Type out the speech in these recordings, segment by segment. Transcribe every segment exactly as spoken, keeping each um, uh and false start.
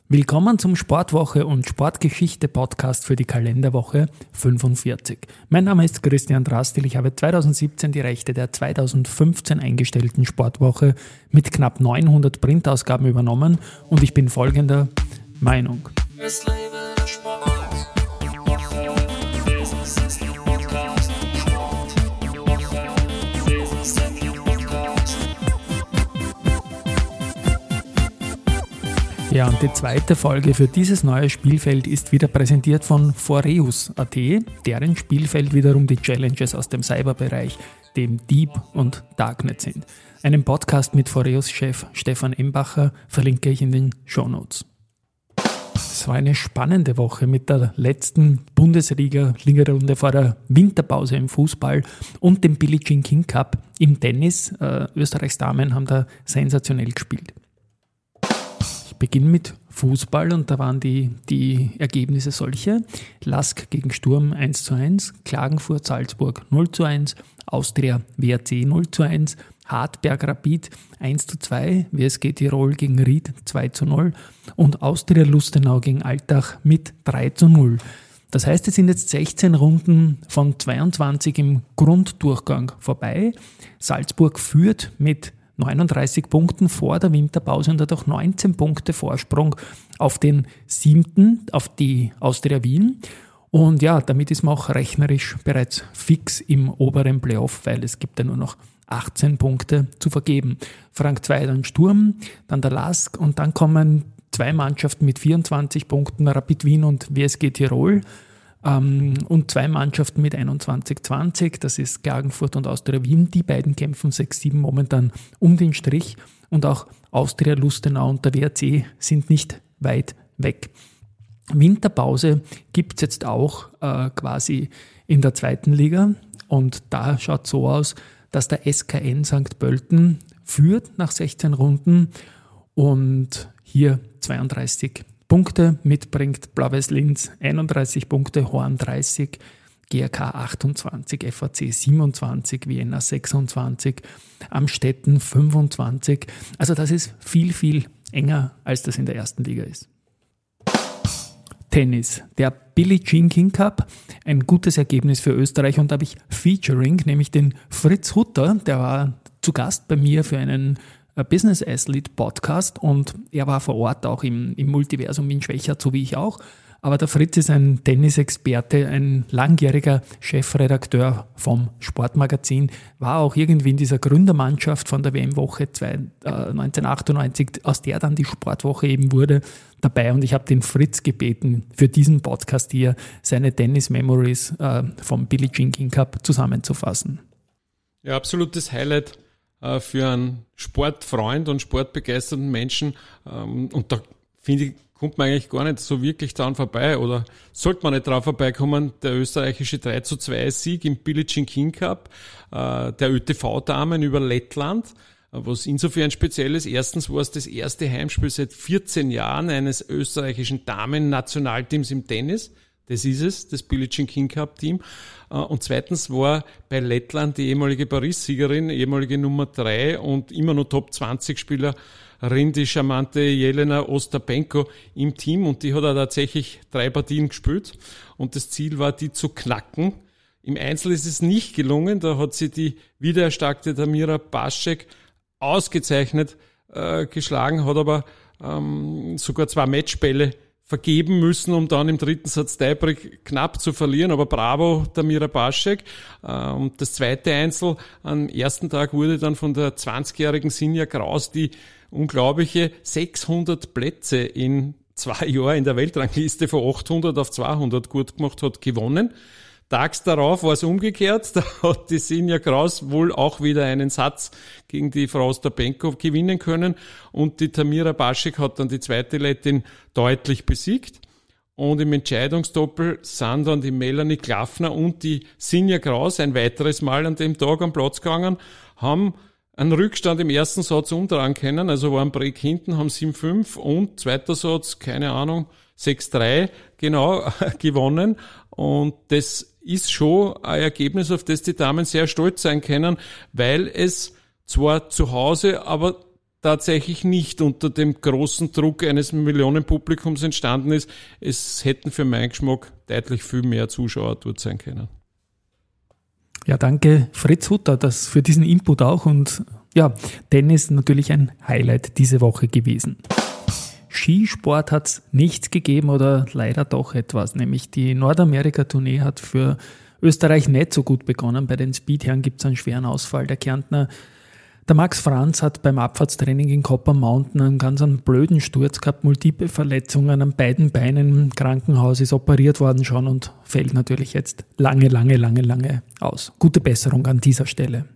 Willkommen zum Sportwoche und Sportgeschichte Podcast für die Kalenderwoche fünfundvierzig. Mein Name ist Christian Drastil. Ich habe zweitausendsiebzehn die Rechte der zweitausendfünfzehn eingestellten Sportwoche mit knapp neunhundert Printausgaben übernommen und ich bin folgender Meinung. Es lebe der Sport. Ja, und die zweite Folge für dieses neue Spielfeld ist wieder präsentiert von Foreus Punkt at, deren Spielfeld wiederum die Challenges aus dem Cyberbereich, dem Deep und Darknet sind. Einen Podcast mit Foreus-Chef Stefan Embacher verlinke ich in den Shownotes. Es war eine spannende Woche mit der letzten Bundesliga-Ligarunde vor der Winterpause im Fußball und dem Billie Jean King Cup im Tennis. Äh, Österreichs Damen haben da sensationell gespielt. Ich beginne mit Fußball und da waren die, die Ergebnisse solche. Lask gegen Sturm eins zu eins, Klagenfurt Salzburg null zu eins, Austria W R C null zu eins, Hartberg Rapid eins zu zwei, W S G Tirol gegen Ried zwei zu null und Austria Lustenau gegen Altach mit drei zu null. Das heißt, es sind jetzt sechzehn Runden von zweiundzwanzig im Grunddurchgang vorbei. Salzburg führt mit neununddreißig Punkten vor der Winterpause und hat auch neunzehn Punkte Vorsprung auf den siebten, auf die Austria Wien. Und ja, damit ist man auch rechnerisch bereits fix im oberen Playoff, weil es gibt ja nur noch achtzehn Punkte zu vergeben. Frank zwei dann Sturm, dann der Lask und dann kommen zwei Mannschaften mit vierundzwanzig Punkten, Rapid Wien und W S G Tirol. Und zwei Mannschaften mit einundzwanzig zwanzig, das ist Klagenfurt und Austria Wien. Die beiden kämpfen sechs sieben momentan um den Strich und auch Austria Lustenau und der W R C sind nicht weit weg. Winterpause gibt es jetzt auch äh, quasi in der zweiten Liga und da schaut es so aus, dass der S K N Sankt Pölten führt nach sechzehn Runden und hier zweiunddreißig Punkte mitbringt, Blau-Weiß Linz einunddreißig Punkte, Horn dreißig, G R K achtundzwanzig, F A C siebenundzwanzig, Vienna sechsundzwanzig, Amstetten fünfundzwanzig. Also das ist viel, viel enger, als das in der ersten Liga ist. Tennis, der Billie Jean King Cup, ein gutes Ergebnis für Österreich und da habe ich Featuring, nämlich den Fritz Hutter, der war zu Gast bei mir für einen Business Athlete Podcast und er war vor Ort auch im, im Multiversum in Schwächert, so wie ich auch. Aber der Fritz ist ein Tennisexperte, ein langjähriger Chefredakteur vom Sportmagazin, war auch irgendwie in dieser Gründermannschaft von der W M-Woche neunzehnhundertachtundneunzig, aus der dann die Sportwoche eben wurde, dabei. Und ich habe den Fritz gebeten, für diesen Podcast hier seine Tennis-Memories äh, vom Billie Jean King Cup zusammenzufassen. Ja, absolutes Highlight für einen Sportfreund und sportbegeisterten Menschen. Und da finde ich, kommt man eigentlich gar nicht so wirklich dran vorbei oder sollte man nicht dran vorbeikommen. Der österreichische drei zu zwei Sieg im Billie Jean King Cup der Ö T V-Damen über Lettland, was insofern speziell ist. Erstens war es das erste Heimspiel seit vierzehn Jahren eines österreichischen Damen-Nationalteams im Tennis. Das ist es, das Billie Jean King Cup Team. Und zweitens war bei Lettland die ehemalige Paris-Siegerin, ehemalige Nummer drei und immer noch Top zwanzig Spielerin, die charmante Jelena Ostapenko im Team. Und die hat auch tatsächlich drei Partien gespielt. Und das Ziel war, die zu knacken. Im Einzel ist es nicht gelungen. Da hat sie die wiedererstarkte Tamira Baschek ausgezeichnet äh, geschlagen, hat aber ähm, sogar zwei Matchbälle vergeben müssen, um dann im dritten Satz Tiebreak knapp zu verlieren. Aber bravo, Tamira Baschek. Und das zweite Einzel am ersten Tag wurde dann von der zwanzigjährigen Sinja Kraus die unglaubliche sechshundert Plätze in zwei Jahren in der Weltrangliste von achthundert auf zweihundert gut gemacht hat, gewonnen. Tags darauf war es umgekehrt, da hat die Sinja Kraus wohl auch wieder einen Satz gegen die Frau Ostapenko gewinnen können und die Tamira Baschek hat dann die zweite Lettin deutlich besiegt. Und im Entscheidungsdoppel sind dann die Melanie Klaffner und die Sinja Kraus ein weiteres Mal an dem Tag am Platz gegangen, haben einen Rückstand im ersten Satz umdrehen können, also waren Break hinten, haben sieben fünf und zweiter Satz, keine Ahnung, sechs drei genau gewonnen und das ist schon ein Ergebnis, auf das die Damen sehr stolz sein können, weil es zwar zu Hause, aber tatsächlich nicht unter dem großen Druck eines Millionenpublikums entstanden ist. Es hätten für meinen Geschmack deutlich viel mehr Zuschauer dort sein können. Ja, danke Fritz Hutter das für diesen Input auch. Und ja, Tennis natürlich ein Highlight diese Woche gewesen. Skisport hat es nichts gegeben oder leider doch etwas, nämlich die Nordamerika-Tournee hat für Österreich nicht so gut begonnen. Bei den Speedherren gibt es einen schweren Ausfall. Der Kärntner, der Max Franz, hat beim Abfahrtstraining in Copper Mountain einen ganz einen blöden Sturz gehabt, multiple Verletzungen an beiden Beinen im Krankenhaus, ist operiert worden schon und fällt natürlich jetzt lange, lange, lange, lange aus. Gute Besserung an dieser Stelle.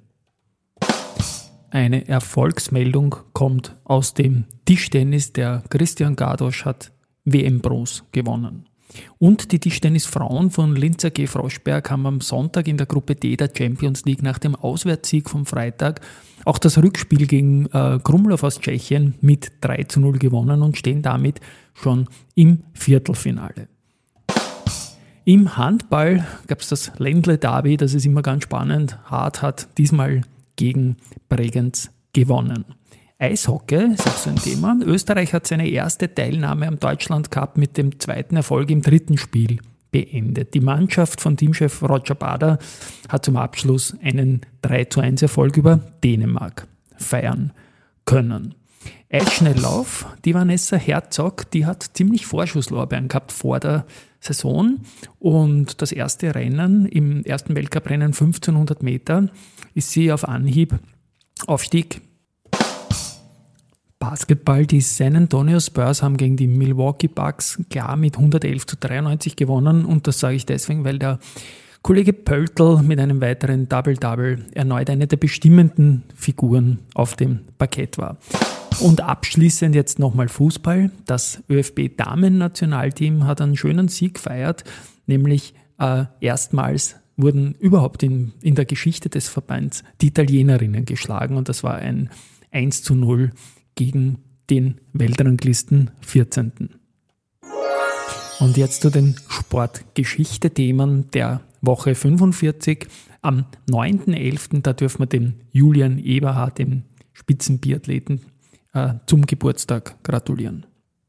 Eine Erfolgsmeldung kommt aus dem Tischtennis. Der Christian Gadosch hat W M-Bronze gewonnen. Und die Tischtennisfrauen von Linz A G Froschberg haben am Sonntag in der Gruppe D der Champions League nach dem Auswärtssieg vom Freitag auch das Rückspiel gegen äh, Krumlov aus Tschechien mit drei zu null gewonnen und stehen damit schon im Viertelfinale. Im Handball gab es das Ländle Derby, das ist immer ganz spannend. Hart hat diesmal gegen Bregenz gewonnen. Eishockey ist auch so ein Thema. Österreich hat seine erste Teilnahme am Deutschland Cup mit dem zweiten Erfolg im dritten Spiel beendet. Die Mannschaft von Teamchef Roger Bader hat zum Abschluss einen drei zu eins Erfolg über Dänemark feiern können. Eisschnelllauf, die Vanessa Herzog, die hat ziemlich Vorschusslorbeeren gehabt vor der Saison und das erste Rennen, im ersten Weltcuprennen fünfzehnhundert Meter, ist sie auf Anhieb Aufstieg. Basketball, die San Antonio Spurs haben gegen die Milwaukee Bucks klar mit hundertelf zu dreiundneunzig gewonnen und das sage ich deswegen, weil der Kollege Pöltl mit einem weiteren Double-Double erneut eine der bestimmenden Figuren auf dem Parkett war. Und abschließend jetzt nochmal Fußball. Das ÖFB-Damen-Nationalteam hat einen schönen Sieg gefeiert, nämlich äh, erstmals wurden überhaupt in, in der Geschichte des Verbands die Italienerinnen geschlagen und das war ein eins zu null gegen den Weltranglisten vierzehnten Und jetzt zu den Sportgeschichte-Themen der Woche fünfundvierzig. Am neunten elften da dürfen wir dem Julian Eberhardt, dem Spitzenbiathleten, äh, zum Geburtstag gratulieren.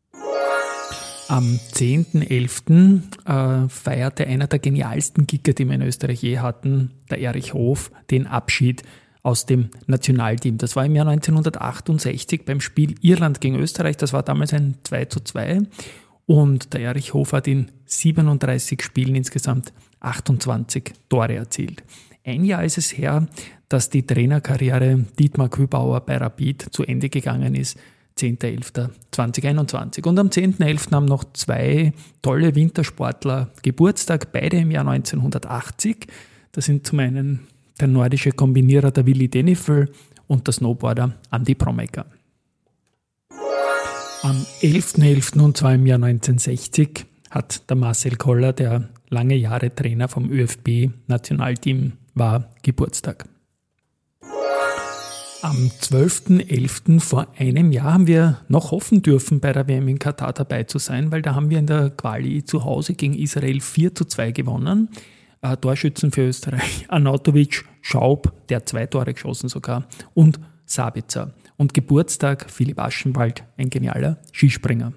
Am zehnten elften äh, feierte einer der genialsten Kicker, die wir in Österreich je hatten, der Erich Hof, den Abschied aus dem Nationalteam. Das war im Jahr neunzehnhundertachtundsechzig beim Spiel Irland gegen Österreich. Das war damals ein zwei zu zwei. Und der Erich Hof hat in siebenunddreißig Spielen insgesamt achtundzwanzig Tore erzielt. Ein Jahr ist es her, dass die Trainerkarriere Dietmar Kübauer bei Rapid zu Ende gegangen ist. zehnten elften zweitausendeinundzwanzig. Und am zehnten elften haben noch zwei tolle Wintersportler Geburtstag, beide im Jahr neunzehnhundertachtzig. Das sind zum einen der nordische Kombinierer der Willi Denifl und der Snowboarder Andi Promecker. Am elften elften und zwar im Jahr neunzehnhundertsechzig hat der Marcel Koller, der lange Jahre Trainer vom ÖFB-Nationalteam war, Geburtstag. Am zwölften elften vor einem Jahr haben wir noch hoffen dürfen, bei der W M in Katar dabei zu sein, weil da haben wir in der Quali zu Hause gegen Israel vier zu zwei gewonnen. Äh, Torschützen für Österreich, Arnautovic, Schaub, der hat zwei Tore geschossen sogar, und Sabitzer. Und Geburtstag Philipp Aschenwald, ein genialer Skispringer.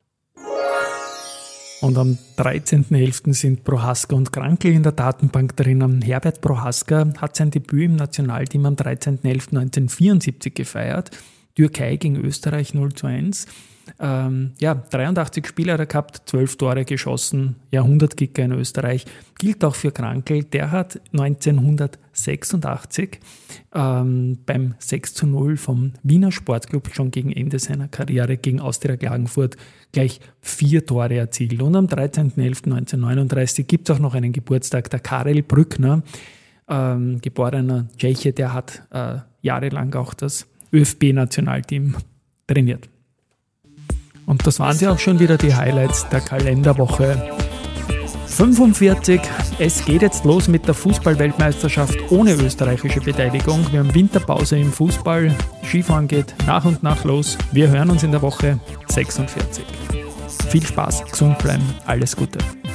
Und am dreizehnten elften sind Prohaska und Krankl in der Datenbank drinnen. Herbert Prohaska hat sein Debüt im Nationalteam am dreizehnten elften neunzehnhundertvierundsiebzig gefeiert. Türkei gegen Österreich null zu eins. Ähm, ja, dreiundachtzig Spiele hat er gehabt, zwölf Tore geschossen, Jahrhundertkicker in Österreich. Gilt auch für Krankl, der hat neunzehnhundertsechsundachtzig ähm, beim sechs zu null vom Wiener Sportclub schon gegen Ende seiner Karriere gegen Austria Klagenfurt gleich vier Tore erzielt. Und am dreizehnten elften neunzehnhundertneununddreißig gibt es auch noch einen Geburtstag, der Karel Brückner, ähm, geborener Tscheche, der hat äh, jahrelang auch das ÖFB-Nationalteam trainiert. Und das waren sie auch schon wieder, die Highlights der Kalenderwoche fünfundvierzig. Es geht jetzt los mit der Fußball-Weltmeisterschaft ohne österreichische Beteiligung. Wir haben Winterpause im Fußball. Skifahren geht nach und nach los. Wir hören uns in der Woche sechsundvierzig. Viel Spaß, gesund bleiben, alles Gute.